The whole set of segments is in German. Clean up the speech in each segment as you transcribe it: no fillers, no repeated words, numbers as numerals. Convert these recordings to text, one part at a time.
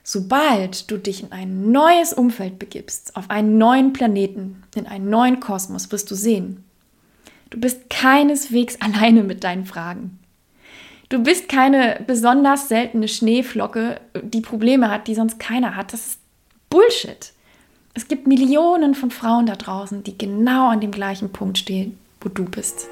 Sobald du dich in ein neues Umfeld begibst, auf einen neuen Planeten, in einen neuen Kosmos, wirst du sehen, du bist keineswegs alleine mit deinen Fragen. Du bist keine besonders seltene Schneeflocke, die Probleme hat, die sonst keiner hat. Das ist Bullshit. Es gibt Millionen von Frauen da draußen, die genau an dem gleichen Punkt stehen, wo du bist.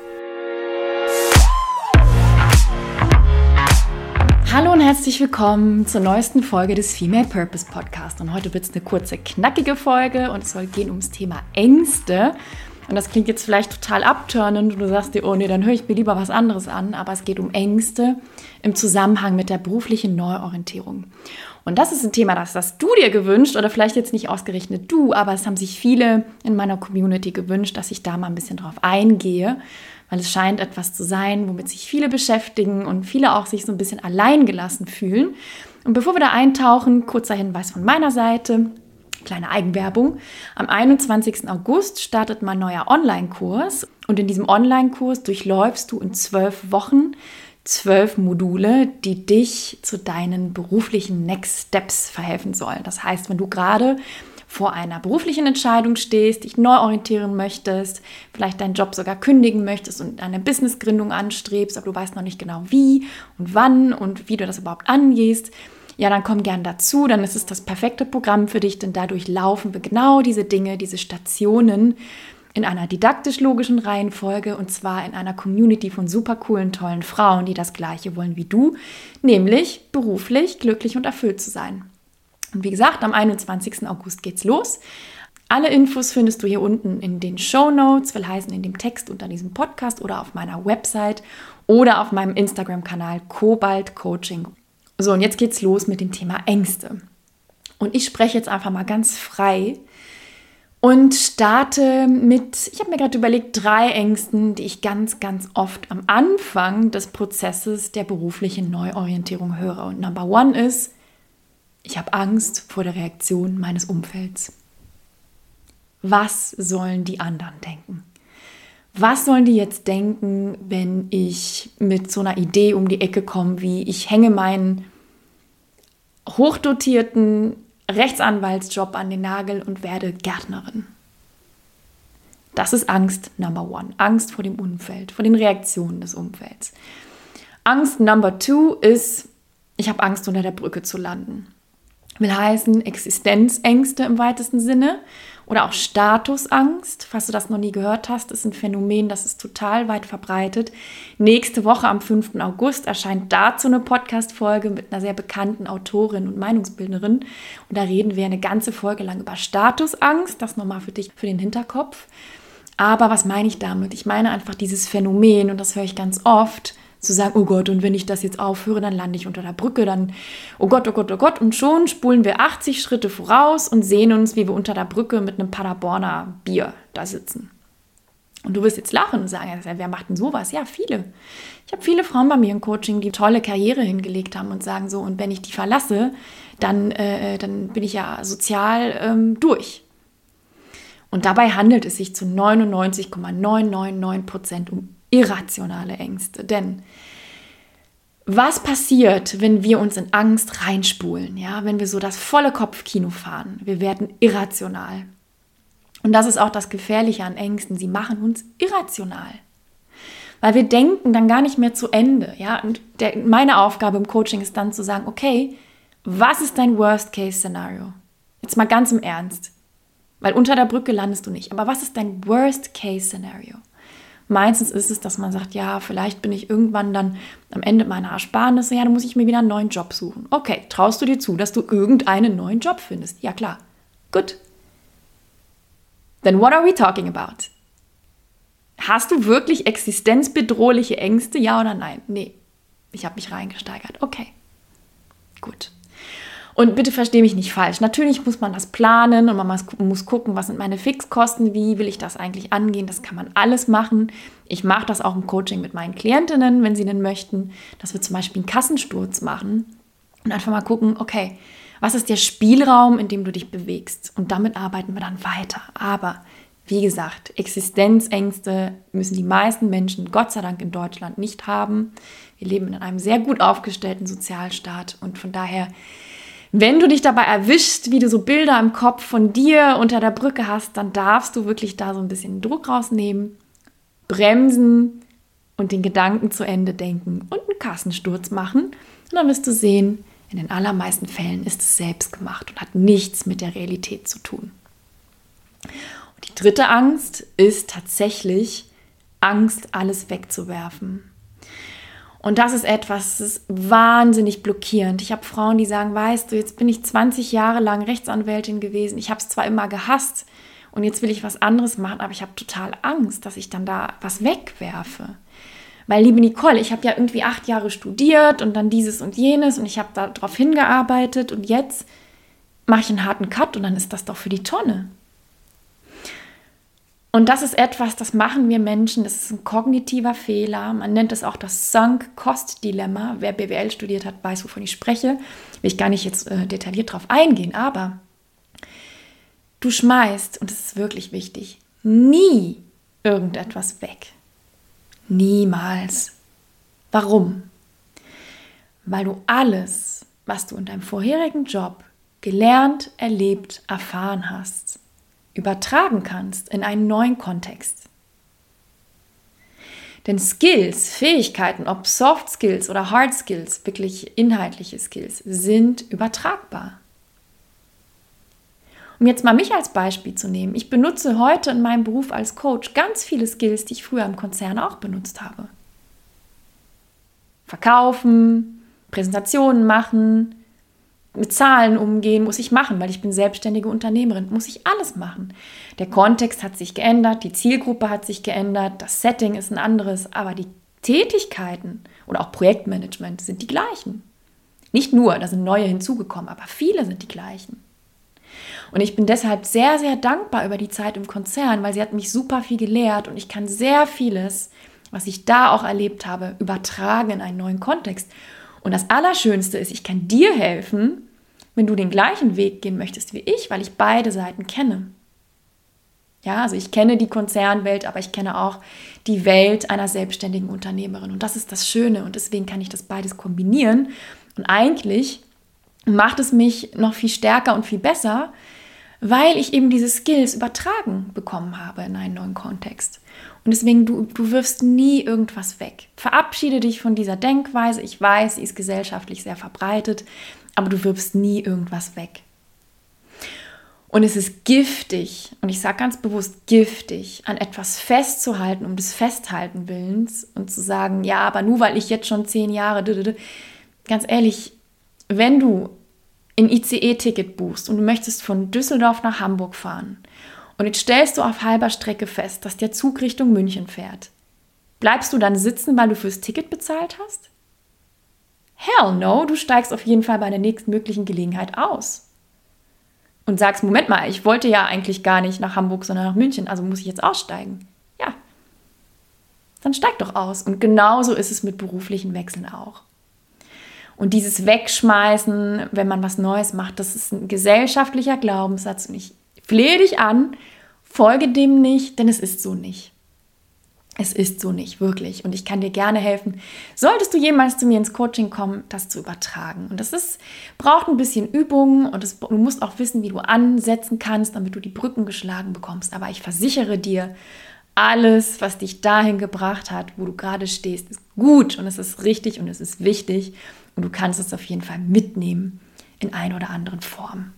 Hallo und herzlich willkommen zur neuesten Folge des Female Purpose Podcast. Und heute wird es eine kurze, knackige Folge und es soll gehen ums Thema Ängste. Und das klingt jetzt vielleicht total abturnend und du sagst dir, oh nee, dann höre ich mir lieber was anderes an. Aber es geht um Ängste im Zusammenhang mit der beruflichen Neuorientierung. Und das ist ein Thema, das hast du dir gewünscht oder vielleicht jetzt nicht ausgerechnet du, aber es haben sich viele in meiner Community gewünscht, dass ich da mal ein bisschen drauf eingehe, weil es scheint etwas zu sein, womit sich viele beschäftigen und viele auch sich so ein bisschen alleingelassen fühlen. Und bevor wir da eintauchen, kurzer Hinweis von meiner Seite, kleine Eigenwerbung. Am 21. August startet mein neuer Online-Kurs und in diesem Online-Kurs durchläufst du in 12 Wochen 12 Module, die dich zu deinen beruflichen Next Steps verhelfen sollen. Das heißt, wenn du gerade vor einer beruflichen Entscheidung stehst, dich neu orientieren möchtest, vielleicht deinen Job sogar kündigen möchtest und eine Businessgründung anstrebst, aber du weißt noch nicht genau wie und wann und wie du das überhaupt angehst, ja, dann komm gern dazu, dann ist es das perfekte Programm für dich, denn dadurch laufen wir genau diese Dinge, diese Stationen in einer didaktisch-logischen Reihenfolge und zwar in einer Community von super coolen, tollen Frauen, die das Gleiche wollen wie du, nämlich beruflich glücklich und erfüllt zu sein. Und wie gesagt, am 21. August geht's los. Alle Infos findest du hier unten in den Shownotes, will heißen in dem Text unter diesem Podcast oder auf meiner Website oder auf meinem Instagram-Kanal Cobalt Coaching. So, und jetzt geht's los mit dem Thema Ängste. Und ich spreche jetzt einfach mal ganz frei und starte mit, ich habe mir gerade überlegt, 3 Ängsten, die ich ganz, ganz oft am Anfang des Prozesses der beruflichen Neuorientierung höre. Und Number 1 ist, ich habe Angst vor der Reaktion meines Umfelds. Was sollen die anderen denken? Was sollen die jetzt denken, wenn ich mit so einer Idee um die Ecke komme, wie ich hänge meinen hochdotierten Rechtsanwaltsjob an den Nagel und werde Gärtnerin? Das ist Angst Number 1. Angst vor dem Umfeld, vor den Reaktionen des Umfelds. Angst Number 2 ist, ich habe Angst, unter der Brücke zu landen. Will heißen Existenzängste im weitesten Sinne oder auch Statusangst. Falls du das noch nie gehört hast, ist ein Phänomen, das ist total weit verbreitet. Nächste Woche am 5. August erscheint dazu eine Podcast-Folge mit einer sehr bekannten Autorin und Meinungsbildnerin. Und da reden wir eine ganze Folge lang über Statusangst. Das nochmal für dich, für den Hinterkopf. Aber was meine ich damit? Ich meine einfach dieses Phänomen, und das höre ich ganz oft, zu sagen, oh Gott, und wenn ich das jetzt aufhöre, dann lande ich unter der Brücke, dann, oh Gott, oh Gott, oh Gott. Und schon spulen wir 80 Schritte voraus und sehen uns, wie wir unter der Brücke mit einem Paderborner Bier da sitzen. Und du wirst jetzt lachen und sagen, wer macht denn sowas? Ja, viele. Ich habe viele Frauen bei mir im Coaching, die tolle Karriere hingelegt haben und sagen so, und wenn ich die verlasse, dann bin ich ja sozial durch. Und dabei handelt es sich zu 99,999% um irrationale Ängste. Denn was passiert, wenn wir uns in Angst reinspulen? Ja, wenn wir so das volle Kopfkino fahren? Wir werden irrational. Und das ist auch das Gefährliche an Ängsten. Sie machen uns irrational. Weil wir denken dann gar nicht mehr zu Ende. Ja? Und meine Aufgabe im Coaching ist dann zu sagen, okay, was ist dein Worst-Case-Szenario? Jetzt mal ganz im Ernst. Weil unter der Brücke landest du nicht. Aber was ist dein Worst-Case-Szenario? Meistens ist es, dass man sagt, ja, vielleicht bin ich irgendwann dann am Ende meiner Ersparnisse, ja, dann muss ich mir wieder einen neuen Job suchen. Okay, traust du dir zu, dass du irgendeinen neuen Job findest? Ja, klar. Gut. Then what are we talking about? Hast du wirklich existenzbedrohliche Ängste, ja oder nein? Nee, ich habe mich reingesteigert. Okay, gut. Und bitte verstehe mich nicht falsch. Natürlich muss man das planen und man muss gucken, was sind meine Fixkosten, wie will ich das eigentlich angehen. Das kann man alles machen. Ich mache das auch im Coaching mit meinen Klientinnen, wenn sie denn möchten, dass wir zum Beispiel einen Kassensturz machen und einfach mal gucken, okay, was ist der Spielraum, in dem du dich bewegst? Und damit arbeiten wir dann weiter. Aber wie gesagt, Existenzängste müssen die meisten Menschen, Gott sei Dank in Deutschland, nicht haben. Wir leben in einem sehr gut aufgestellten Sozialstaat und von daher Wenn du dich dabei erwischst, wie du so Bilder im Kopf von dir unter der Brücke hast, dann darfst du wirklich da so ein bisschen Druck rausnehmen, bremsen und den Gedanken zu Ende denken und einen Kassensturz machen. Und dann wirst du sehen, in den allermeisten Fällen ist es selbst gemacht und hat nichts mit der Realität zu tun. Und die dritte Angst ist tatsächlich Angst, alles wegzuwerfen. Und das ist etwas, das ist wahnsinnig blockierend. Ich habe Frauen, die sagen, weißt du, jetzt bin ich 20 Jahre lang Rechtsanwältin gewesen. Ich habe es zwar immer gehasst und jetzt will ich was anderes machen, aber ich habe total Angst, dass ich dann da was wegwerfe. Weil, liebe Nicole, ich habe ja irgendwie 8 Jahre studiert und dann dieses und jenes und ich habe darauf hingearbeitet und jetzt mache ich einen harten Cut und dann ist das doch für die Tonne. Und das ist etwas, das machen wir Menschen, das ist ein kognitiver Fehler. Man nennt es auch das Sunk-Cost-Dilemma. Wer BWL studiert hat, weiß, wovon ich spreche. Will ich gar nicht jetzt detailliert drauf eingehen, aber du schmeißt, und das ist wirklich wichtig, nie irgendetwas weg. Niemals. Warum? Weil du alles, was du in deinem vorherigen Job gelernt, erlebt, erfahren hast, übertragen kannst in einen neuen Kontext. Denn Skills, Fähigkeiten, ob Soft Skills oder Hard Skills, wirklich inhaltliche Skills, sind übertragbar. Um jetzt mal mich als Beispiel zu nehmen, ich benutze heute in meinem Beruf als Coach ganz viele Skills, die ich früher im Konzern auch benutzt habe. Verkaufen, Präsentationen machen, mit Zahlen umgehen, muss ich machen, weil ich bin selbstständige Unternehmerin, muss ich alles machen. Der Kontext hat sich geändert, die Zielgruppe hat sich geändert, das Setting ist ein anderes, aber die Tätigkeiten oder auch Projektmanagement sind die gleichen. Nicht nur, da sind neue hinzugekommen, aber viele sind die gleichen. Und ich bin deshalb sehr, sehr dankbar über die Zeit im Konzern, weil sie hat mich super viel gelehrt und ich kann sehr vieles, was ich da auch erlebt habe, übertragen in einen neuen Kontext. Und das Allerschönste ist, ich kann dir helfen, wenn du den gleichen Weg gehen möchtest wie ich, weil ich beide Seiten kenne. Ja, also ich kenne die Konzernwelt, aber ich kenne auch die Welt einer selbstständigen Unternehmerin. Und das ist das Schöne und deswegen kann ich das beides kombinieren. Und eigentlich macht es mich noch viel stärker und viel besser, weil ich eben diese Skills übertragen bekommen habe in einen neuen Kontext. Und deswegen, du wirfst nie irgendwas weg. Verabschiede dich von dieser Denkweise. Ich weiß, sie ist gesellschaftlich sehr verbreitet, aber du wirfst nie irgendwas weg. Und es ist giftig, und ich sage ganz bewusst giftig, an etwas festzuhalten, um des Festhalten Willens und zu sagen, ja, aber nur weil ich jetzt schon 10 Jahre, ganz ehrlich, wenn du ein ICE-Ticket buchst und du möchtest von Düsseldorf nach Hamburg fahren und jetzt stellst du auf halber Strecke fest, dass der Zug Richtung München fährt, bleibst du dann sitzen, weil du fürs Ticket bezahlt hast? Hell no, du steigst auf jeden Fall bei der nächsten möglichen Gelegenheit aus. Und sagst, Moment mal, ich wollte ja eigentlich gar nicht nach Hamburg, sondern nach München, also muss ich jetzt aussteigen. Ja, dann steig doch aus. Und genauso ist es mit beruflichen Wechseln auch. Und dieses Wegschmeißen, wenn man was Neues macht, das ist ein gesellschaftlicher Glaubenssatz. Und ich flehe dich an, folge dem nicht, denn es ist so nicht. Es ist so nicht, wirklich. Und ich kann dir gerne helfen, solltest du jemals zu mir ins Coaching kommen, das zu übertragen. Und braucht ein bisschen Übung und du musst auch wissen, wie du ansetzen kannst, damit du die Brücken geschlagen bekommst. Aber ich versichere dir, alles, was dich dahin gebracht hat, wo du gerade stehst, ist gut und es ist richtig und es ist wichtig. Und du kannst es auf jeden Fall mitnehmen in einer oder anderen Form.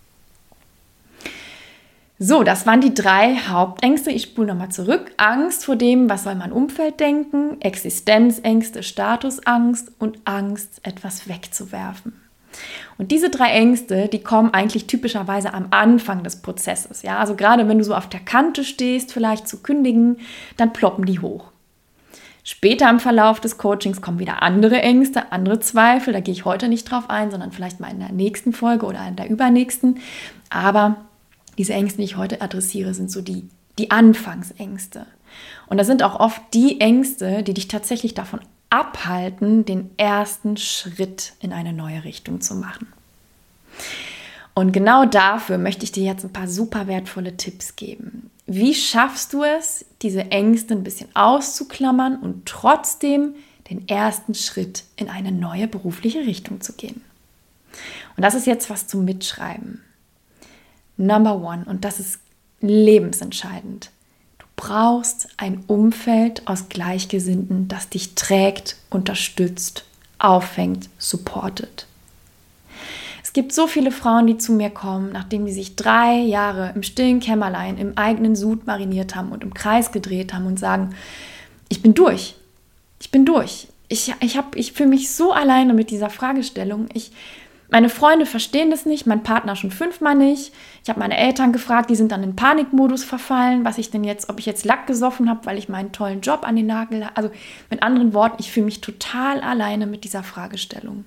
So, das waren die 3 Hauptängste. Ich spule nochmal zurück. Angst vor dem, was soll mein Umfeld denken, Existenzängste, Statusangst und Angst, etwas wegzuwerfen. Und diese 3 Ängste, die kommen eigentlich typischerweise am Anfang des Prozesses. Ja? Also gerade wenn du so auf der Kante stehst, vielleicht zu kündigen, dann ploppen die hoch. Später im Verlauf des Coachings kommen wieder andere Ängste, andere Zweifel. Da gehe ich heute nicht drauf ein, sondern vielleicht mal in der nächsten Folge oder in der übernächsten. Aber diese Ängste, die ich heute adressiere, sind so die Anfangsängste. Und das sind auch oft die Ängste, die dich tatsächlich davon abhalten, den ersten Schritt in eine neue Richtung zu machen. Und genau dafür möchte ich dir jetzt ein paar super wertvolle Tipps geben. Wie schaffst du es, diese Ängste ein bisschen auszuklammern und trotzdem den ersten Schritt in eine neue berufliche Richtung zu gehen? Und das ist jetzt was zum Mitschreiben. Number one, und das ist lebensentscheidend. Du brauchst ein Umfeld aus Gleichgesinnten, das dich trägt, unterstützt, auffängt, supportet. Es gibt so viele Frauen, die zu mir kommen, nachdem die sich 3 Jahre im stillen Kämmerlein im eigenen Sud mariniert haben und im Kreis gedreht haben und sagen, ich bin durch. Ich bin durch. Ich fühle mich so alleine mit dieser Fragestellung. Meine Freunde verstehen das nicht, mein Partner schon 5-mal nicht. Ich habe meine Eltern gefragt, die sind dann in Panikmodus verfallen, ob ich jetzt Lack gesoffen habe, weil ich meinen tollen Job an den Nagel. Also mit anderen Worten, ich fühle mich total alleine mit dieser Fragestellung.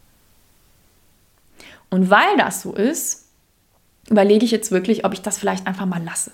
Und weil das so ist, überlege ich jetzt wirklich, ob ich das vielleicht einfach mal lasse.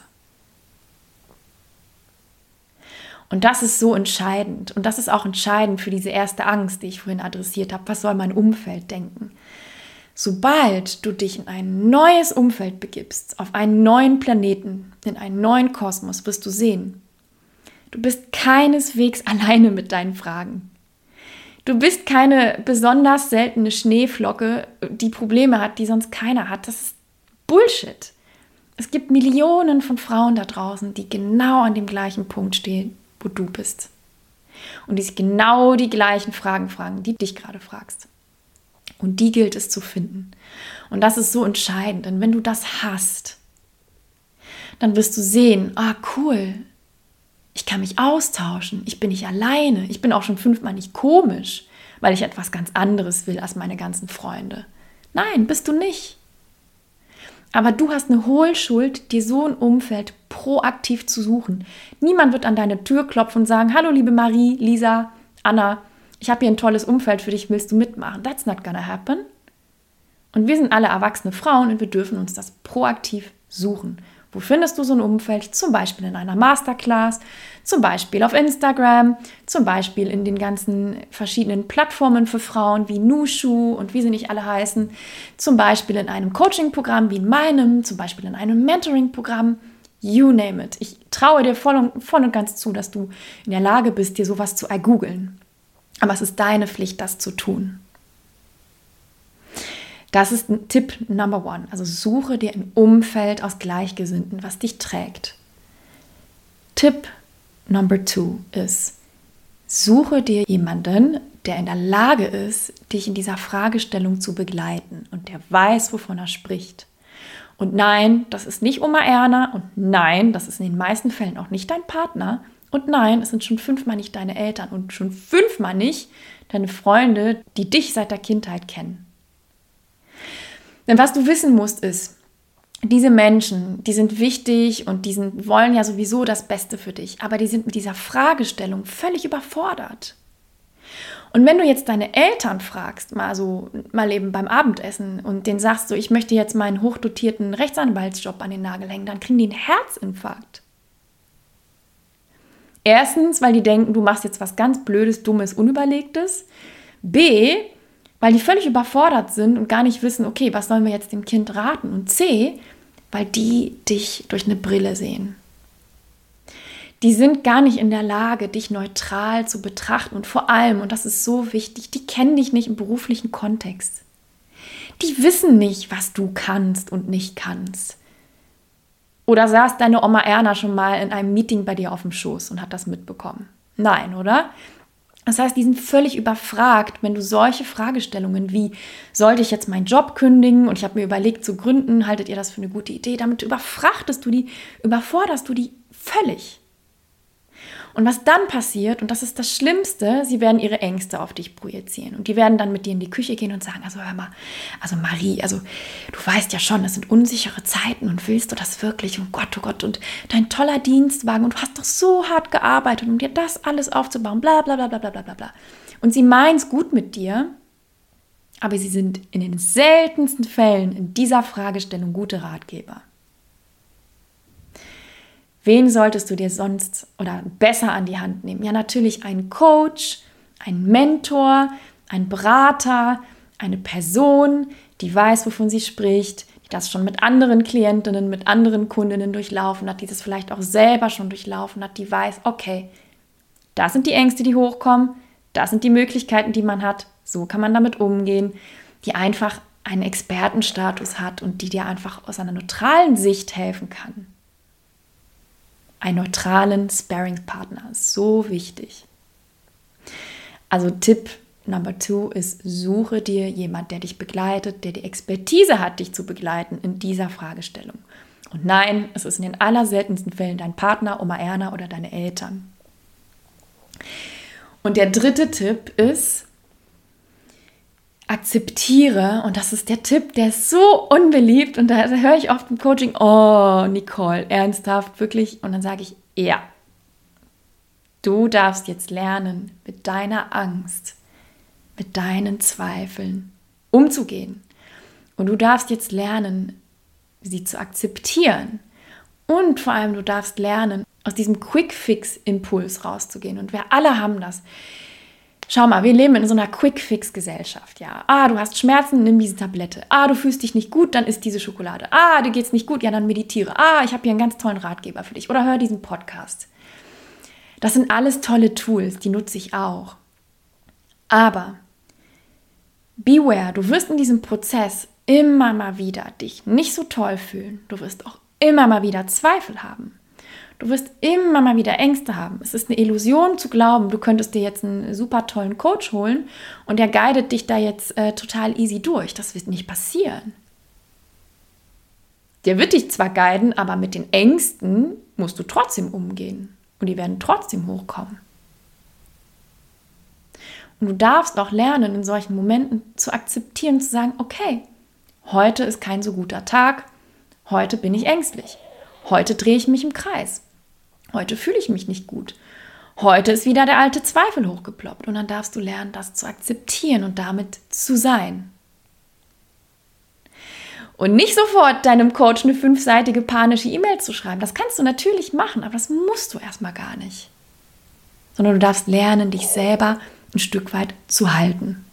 Und das ist so entscheidend. Und das ist auch entscheidend für diese erste Angst, die ich vorhin adressiert habe. Was soll mein Umfeld denken? Sobald du dich in ein neues Umfeld begibst, auf einen neuen Planeten, in einen neuen Kosmos, wirst du sehen, du bist keineswegs alleine mit deinen Fragen. Du bist keine besonders seltene Schneeflocke, die Probleme hat, die sonst keiner hat. Das ist Bullshit. Es gibt Millionen von Frauen da draußen, die genau an dem gleichen Punkt stehen, wo du bist. Und die sich genau die gleichen Fragen fragen, die dich gerade fragst. Und die gilt es zu finden. Und das ist so entscheidend. Denn wenn du das hast, dann wirst du sehen, cool, ich kann mich austauschen, ich bin nicht alleine, ich bin auch schon 5-mal nicht komisch, weil ich etwas ganz anderes will als meine ganzen Freunde. Nein, bist du nicht. Aber du hast eine Hohlschuld, dir so ein Umfeld proaktiv zu suchen. Niemand wird an deine Tür klopfen und sagen, hallo liebe Marie, Lisa, Anna, ich habe hier ein tolles Umfeld für dich, willst du mitmachen? That's not gonna happen. Und wir sind alle erwachsene Frauen und wir dürfen uns das proaktiv suchen. Wo findest du so ein Umfeld? Zum Beispiel in einer Masterclass, zum Beispiel auf Instagram, zum Beispiel in den ganzen verschiedenen Plattformen für Frauen wie Nushu und wie sie nicht alle heißen, zum Beispiel in einem Coaching-Programm wie in meinem, zum Beispiel in einem Mentoring-Programm, you name it. Ich traue dir voll und ganz zu, dass du in der Lage bist, dir sowas zu ergoogeln. Aber es ist deine Pflicht, das zu tun. Das ist ein Tipp Number 1. Also suche dir ein Umfeld aus Gleichgesinnten, was dich trägt. Tipp Number 2 ist, suche dir jemanden, der in der Lage ist, dich in dieser Fragestellung zu begleiten und der weiß, wovon er spricht. Und nein, das ist nicht Oma Erna und nein, das ist in den meisten Fällen auch nicht dein Partner und nein, es sind schon 5-mal nicht deine Eltern und schon 5-mal nicht deine Freunde, die dich seit der Kindheit kennen. Denn was du wissen musst ist, diese Menschen, die sind wichtig und wollen ja sowieso das Beste für dich, aber die sind mit dieser Fragestellung völlig überfordert. Und wenn du jetzt deine Eltern fragst, mal eben beim Abendessen und denen sagst so, ich möchte jetzt meinen hochdotierten Rechtsanwaltsjob an den Nagel hängen, dann kriegen die einen Herzinfarkt. Erstens, weil die denken, du machst jetzt was ganz Blödes, Dummes, Unüberlegtes. B, weil die völlig überfordert sind und gar nicht wissen, okay, was sollen wir jetzt dem Kind raten? Und C, weil die dich durch eine Brille sehen. Die sind gar nicht in der Lage, dich neutral zu betrachten und vor allem, und das ist so wichtig, die kennen dich nicht im beruflichen Kontext. Die wissen nicht, was du kannst und nicht kannst. Oder saß deine Oma Erna schon mal in einem Meeting bei dir auf dem Schoß und hat das mitbekommen? Nein, oder? Das heißt, die sind völlig überfragt, wenn du solche Fragestellungen wie, sollte ich jetzt meinen Job kündigen und ich habe mir überlegt zu gründen, haltet ihr das für eine gute Idee? Damit überforderst du die völlig. Und was dann passiert, und das ist das Schlimmste, sie werden ihre Ängste auf dich projizieren. Und die werden dann mit dir in die Küche gehen und sagen, also hör mal, also Marie, also du weißt ja schon, das sind unsichere Zeiten und willst du das wirklich? Und oh Gott, und dein toller Dienstwagen und du hast doch so hart gearbeitet, um dir das alles aufzubauen, bla bla bla bla bla bla bla. Und sie meinen es gut mit dir, aber sie sind in den seltensten Fällen in dieser Fragestellung gute Ratgeber. Wen solltest du dir sonst oder besser an die Hand nehmen? Ja, natürlich einen Coach, einen Mentor, einen Berater, eine Person, die weiß, wovon sie spricht, die das schon mit anderen Klientinnen, mit anderen Kundinnen durchlaufen hat, die das vielleicht auch selber schon durchlaufen hat, die weiß, okay, das sind die Ängste, die hochkommen, das sind die Möglichkeiten, die man hat, so kann man damit umgehen, die einfach einen Expertenstatus hat und die dir einfach aus einer neutralen Sicht helfen kann. Einen neutralen Sparringspartner ist so wichtig. Also Tipp Number 2 ist, suche dir jemand, der dich begleitet, der die Expertise hat, dich zu begleiten in dieser Fragestellung. Und nein, es ist in den allerseltensten Fällen dein Partner, Oma Erna oder deine Eltern. Und der 3. Tipp ist, akzeptiere, und das ist der Tipp, der ist so unbeliebt und da höre ich oft im Coaching, oh Nicole, ernsthaft, wirklich? Und dann sage ich, ja, du darfst jetzt lernen, mit deiner Angst, mit deinen Zweifeln umzugehen. Und du darfst jetzt lernen, sie zu akzeptieren. Und vor allem, du darfst lernen, aus diesem Quick-Fix-Impuls rauszugehen. Und wir alle haben das. Schau mal, wir leben in so einer Quick-Fix-Gesellschaft. Ja, du hast Schmerzen, nimm diese Tablette. Du fühlst dich nicht gut, dann isst diese Schokolade. Dir geht's nicht gut, ja, dann meditiere. Ich habe hier einen ganz tollen Ratgeber für dich. Oder hör diesen Podcast. Das sind alles tolle Tools, die nutze ich auch. Aber beware, du wirst in diesem Prozess immer mal wieder dich nicht so toll fühlen. Du wirst auch immer mal wieder Zweifel haben. Du wirst immer mal wieder Ängste haben. Es ist eine Illusion zu glauben, du könntest dir jetzt einen super tollen Coach holen und der guidet dich da jetzt total easy durch. Das wird nicht passieren. Der wird dich zwar guiden, aber mit den Ängsten musst du trotzdem umgehen und die werden trotzdem hochkommen. Und du darfst auch lernen, in solchen Momenten zu akzeptieren, zu sagen, okay, heute ist kein so guter Tag, heute bin ich ängstlich, heute drehe ich mich im Kreis, heute fühle ich mich nicht gut, heute ist wieder der alte Zweifel hochgeploppt und dann darfst du lernen, das zu akzeptieren und damit zu sein. Und nicht sofort deinem Coach eine 5-seitige panische E-Mail zu schreiben, das kannst du natürlich machen, aber das musst du erstmal gar nicht, sondern du darfst lernen, dich selber ein Stück weit zu halten.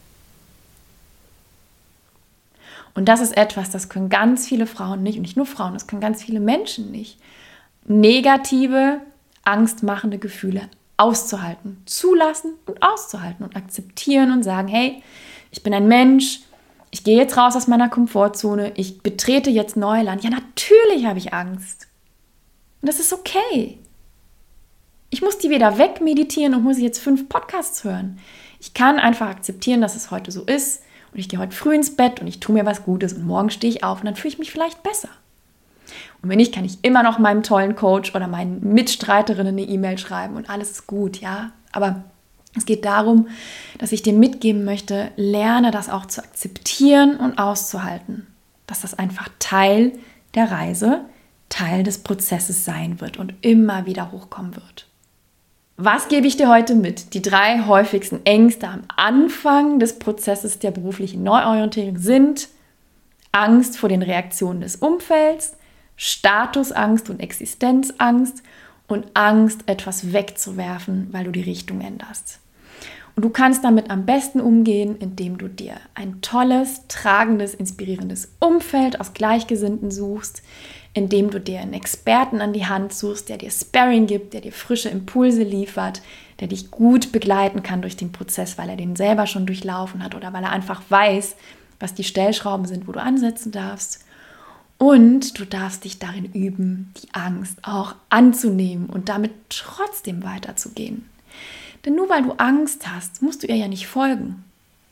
Und das ist etwas, das können ganz viele Frauen nicht, und nicht nur Frauen, das können ganz viele Menschen nicht. Negative, angstmachende Gefühle auszuhalten, zulassen und auszuhalten und akzeptieren und sagen, hey, ich bin ein Mensch, ich gehe jetzt raus aus meiner Komfortzone, ich betrete jetzt Neuland. Ja, natürlich habe ich Angst. Und das ist okay. Ich muss die weder wegmeditieren und muss jetzt 5 Podcasts hören. Ich kann einfach akzeptieren, dass es heute so ist und ich gehe heute früh ins Bett und ich tue mir was Gutes und morgen stehe ich auf und dann fühle ich mich vielleicht besser. Und wenn nicht, kann ich immer noch meinem tollen Coach oder meinen Mitstreiterinnen eine E-Mail schreiben und alles ist gut, ja. Aber es geht darum, dass ich dir mitgeben möchte, lerne das auch zu akzeptieren und auszuhalten. Dass das einfach Teil der Reise, Teil des Prozesses sein wird und immer wieder hochkommen wird. Was gebe ich dir heute mit? Die 3 häufigsten Ängste am Anfang des Prozesses der beruflichen Neuorientierung sind Angst vor den Reaktionen des Umfelds, Statusangst und Existenzangst und Angst, etwas wegzuwerfen, weil du die Richtung änderst. Und du kannst damit am besten umgehen, indem du dir ein tolles, tragendes, inspirierendes Umfeld aus Gleichgesinnten suchst, indem du dir einen Experten an die Hand suchst, der dir Sparring gibt, der dir frische Impulse liefert, der dich gut begleiten kann durch den Prozess, weil er den selber schon durchlaufen hat oder weil er einfach weiß, was die Stellschrauben sind, wo du ansetzen darfst. Und du darfst dich darin üben, die Angst auch anzunehmen und damit trotzdem weiterzugehen. Denn nur weil du Angst hast, musst du ihr ja nicht folgen.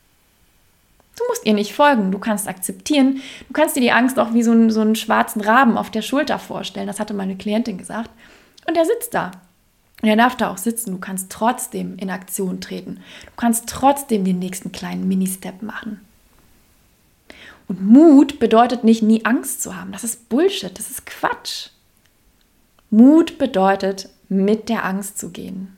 Du musst ihr nicht folgen, du kannst akzeptieren. Du kannst dir die Angst auch wie so einen schwarzen Raben auf der Schulter vorstellen. Das hatte meine Klientin gesagt. Und der sitzt da. Und er darf da auch sitzen. Du kannst trotzdem in Aktion treten. Du kannst trotzdem den nächsten kleinen Mini-Step machen. Und Mut bedeutet nicht, nie Angst zu haben. Das ist Bullshit, das ist Quatsch. Mut bedeutet, mit der Angst zu gehen.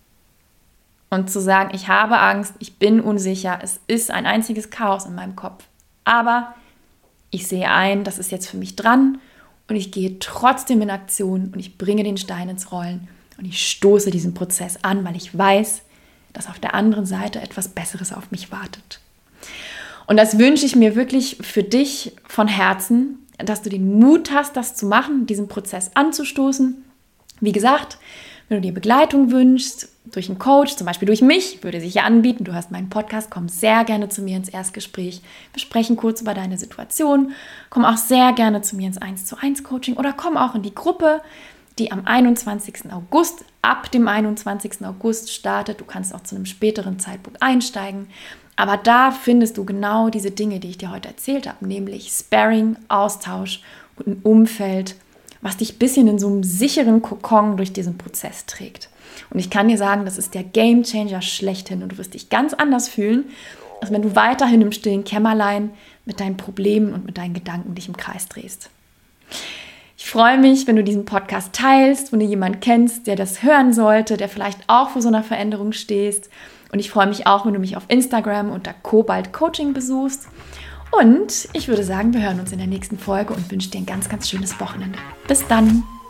Und zu sagen, ich habe Angst, ich bin unsicher, es ist ein einziges Chaos in meinem Kopf. Aber ich sehe ein, das ist jetzt für mich dran und ich gehe trotzdem in Aktion und ich bringe den Stein ins Rollen und ich stoße diesen Prozess an, weil ich weiß, dass auf der anderen Seite etwas Besseres auf mich wartet. Und das wünsche ich mir wirklich für dich von Herzen, dass du den Mut hast, das zu machen, diesen Prozess anzustoßen. Wie gesagt, Wenn du dir Begleitung wünschst, durch einen Coach, zum Beispiel durch mich, würde sich ja anbieten. Du hörst meinen Podcast, komm sehr gerne zu mir ins Erstgespräch. Wir sprechen kurz über deine Situation. Komm auch sehr gerne zu mir ins 1:1 Coaching oder komm auch in die Gruppe, die am 21. August, ab dem 21. August startet. Du kannst auch zu einem späteren Zeitpunkt einsteigen. Aber da findest du genau diese Dinge, die ich dir heute erzählt habe, nämlich Sparring, Austausch und ein Umfeld, was dich ein bisschen in so einem sicheren Kokon durch diesen Prozess trägt. Und ich kann dir sagen, das ist der Gamechanger schlechthin und du wirst dich ganz anders fühlen, als wenn du weiterhin im stillen Kämmerlein mit deinen Problemen und mit deinen Gedanken dich im Kreis drehst. Ich freue mich, wenn du diesen Podcast teilst, wenn du jemanden kennst, der das hören sollte, der vielleicht auch vor so einer Veränderung stehst. Und ich freue mich auch, wenn du mich auf Instagram unter Cobalt Coaching besuchst. Und ich würde sagen, wir hören uns in der nächsten Folge und wünsche dir ein ganz, ganz schönes Wochenende. Bis dann!